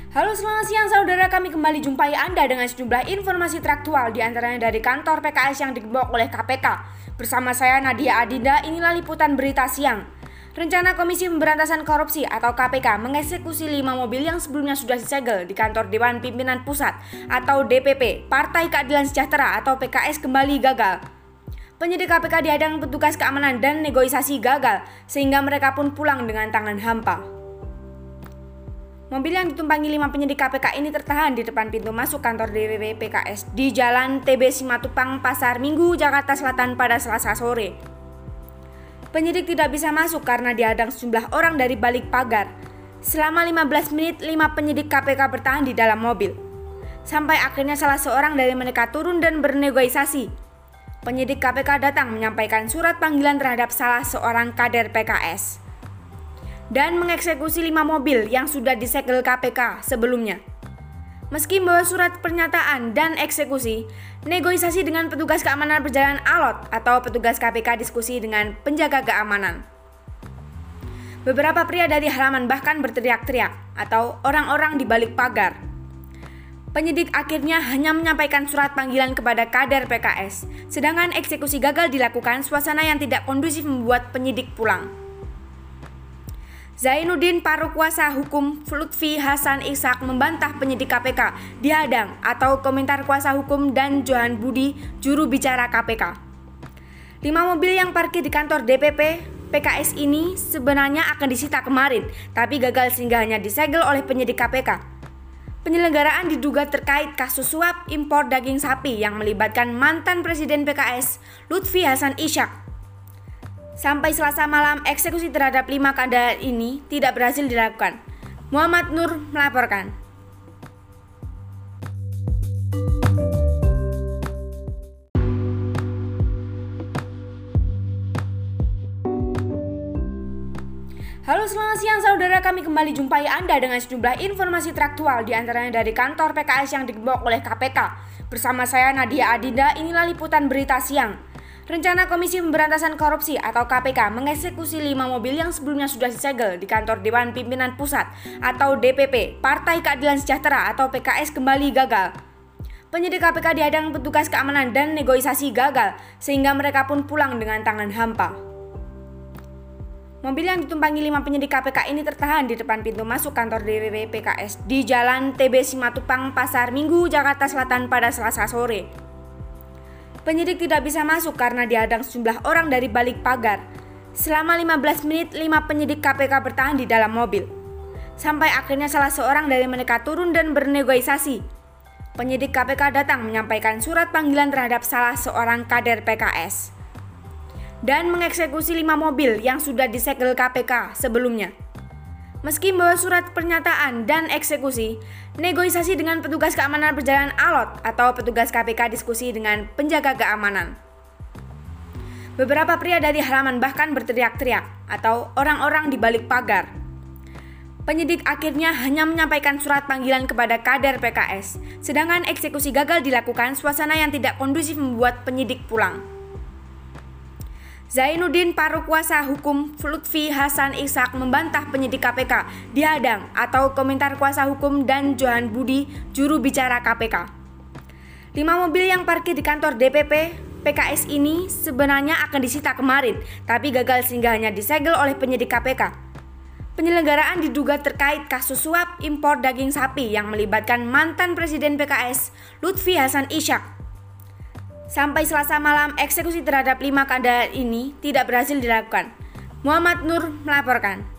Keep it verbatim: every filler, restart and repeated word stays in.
Halo, selamat siang saudara, kami kembali jumpai Anda dengan sejumlah informasi teraktual, diantaranya dari kantor P K S yang digembok oleh K P K. Bersama saya Nadia Adinda, inilah liputan berita siang. Rencana Komisi Pemberantasan Korupsi atau K P K mengeksekusi lima mobil yang sebelumnya sudah disegel di kantor Dewan Pimpinan Pusat atau D P P Partai Keadilan Sejahtera atau P K S kembali gagal. Penyidik K P K dihadang petugas keamanan dan negosiasi gagal, sehingga mereka pun pulang dengan tangan hampa. Mobil yang ditumpangi lima penyidik K P K ini tertahan di depan pintu masuk kantor D P P P K S di Jalan T B Simatupang, Pasar Minggu, Jakarta Selatan pada Selasa sore. Penyidik tidak bisa masuk karena dihadang sejumlah orang dari balik pagar. Selama lima belas menit, lima penyidik K P K bertahan di dalam mobil. Sampai akhirnya salah seorang dari mereka turun dan bernegosiasi. Penyidik K P K datang menyampaikan surat panggilan terhadap salah seorang kader P K S dan mengeksekusi lima mobil yang sudah disegel K P K sebelumnya. Meski membawa surat pernyataan dan eksekusi, negosiasi dengan petugas keamanan berjalan alot atau petugas K P K diskusi dengan penjaga keamanan. Beberapa pria dari halaman bahkan berteriak-teriak atau orang-orang di balik pagar. Penyidik akhirnya hanya menyampaikan surat panggilan kepada kader P K S, sedangkan eksekusi gagal dilakukan. Suasana yang tidak kondusif membuat penyidik pulang. Zainuddin, paruh kuasa hukum Lutfi Hasan Ishak, membantah penyidik K P K dihadang atau komentar kuasa hukum dan Johan Budi, juru bicara K P K. Lima mobil yang parkir di kantor D P P P K S ini sebenarnya akan disita kemarin, tapi gagal sehingga hanya disegel oleh penyidik K P K. Penyelenggaraan diduga terkait kasus suap impor daging sapi yang melibatkan mantan Presiden P K S Lutfi Hasan Ishak. Sampai Selasa malam, eksekusi terhadap lima kader ini tidak berhasil dilakukan. Muhammad Nur melaporkan. Halo, selamat siang saudara, kami kembali jumpai Anda dengan sejumlah informasi teraktual, diantaranya dari kantor P K S yang digembok oleh K P K. Bersama saya Nadia Adinda, inilah liputan berita siang. Rencana Komisi Pemberantasan Korupsi atau K P K mengeksekusi lima mobil yang sebelumnya sudah disegel di kantor Dewan Pimpinan Pusat atau D P P Partai Keadilan Sejahtera atau P K S kembali gagal. Penyidik K P K dihadang petugas keamanan dan negosiasi gagal, sehingga mereka pun pulang dengan tangan hampa. Mobil yang ditumpangi lima penyidik K P K ini tertahan di depan pintu masuk kantor D P P P K S di Jalan T B Simatupang, Pasar Minggu, Jakarta Selatan pada Selasa sore. Penyidik tidak bisa masuk karena dihadang sejumlah orang dari balik pagar. Selama lima belas menit, lima penyidik K P K bertahan di dalam mobil. Sampai akhirnya salah seorang dari mereka turun dan bernegosiasi. Penyidik K P K datang menyampaikan surat panggilan terhadap salah seorang kader P K S dan mengeksekusi lima mobil yang sudah disegel K P K sebelumnya. Meski membawa surat pernyataan dan eksekusi, negosiasi dengan petugas keamanan berjalan alot atau petugas K P K diskusi dengan penjaga keamanan. Beberapa pria dari halaman bahkan berteriak-teriak atau orang-orang di balik pagar. Penyidik akhirnya hanya menyampaikan surat panggilan kepada kader P K S, sedangkan eksekusi gagal dilakukan. Suasana yang tidak kondusif membuat penyidik pulang. Zainuddin, paruh kuasa hukum Lutfi Hasan Ishak, membantah penyidik K P K dihadang atau komentar kuasa hukum dan Johan Budi, juru bicara K P K. Lima mobil yang parkir di kantor D P P P K S ini sebenarnya akan disita kemarin, tapi gagal sehingga hanya disegel oleh penyidik K P K. Penyelenggaraan diduga terkait kasus suap impor daging sapi yang melibatkan mantan Presiden P K S Lutfi Hasan Ishak. Sampai Selasa malam, eksekusi terhadap lima kader ini tidak berhasil dilakukan. Muhammad Nur melaporkan.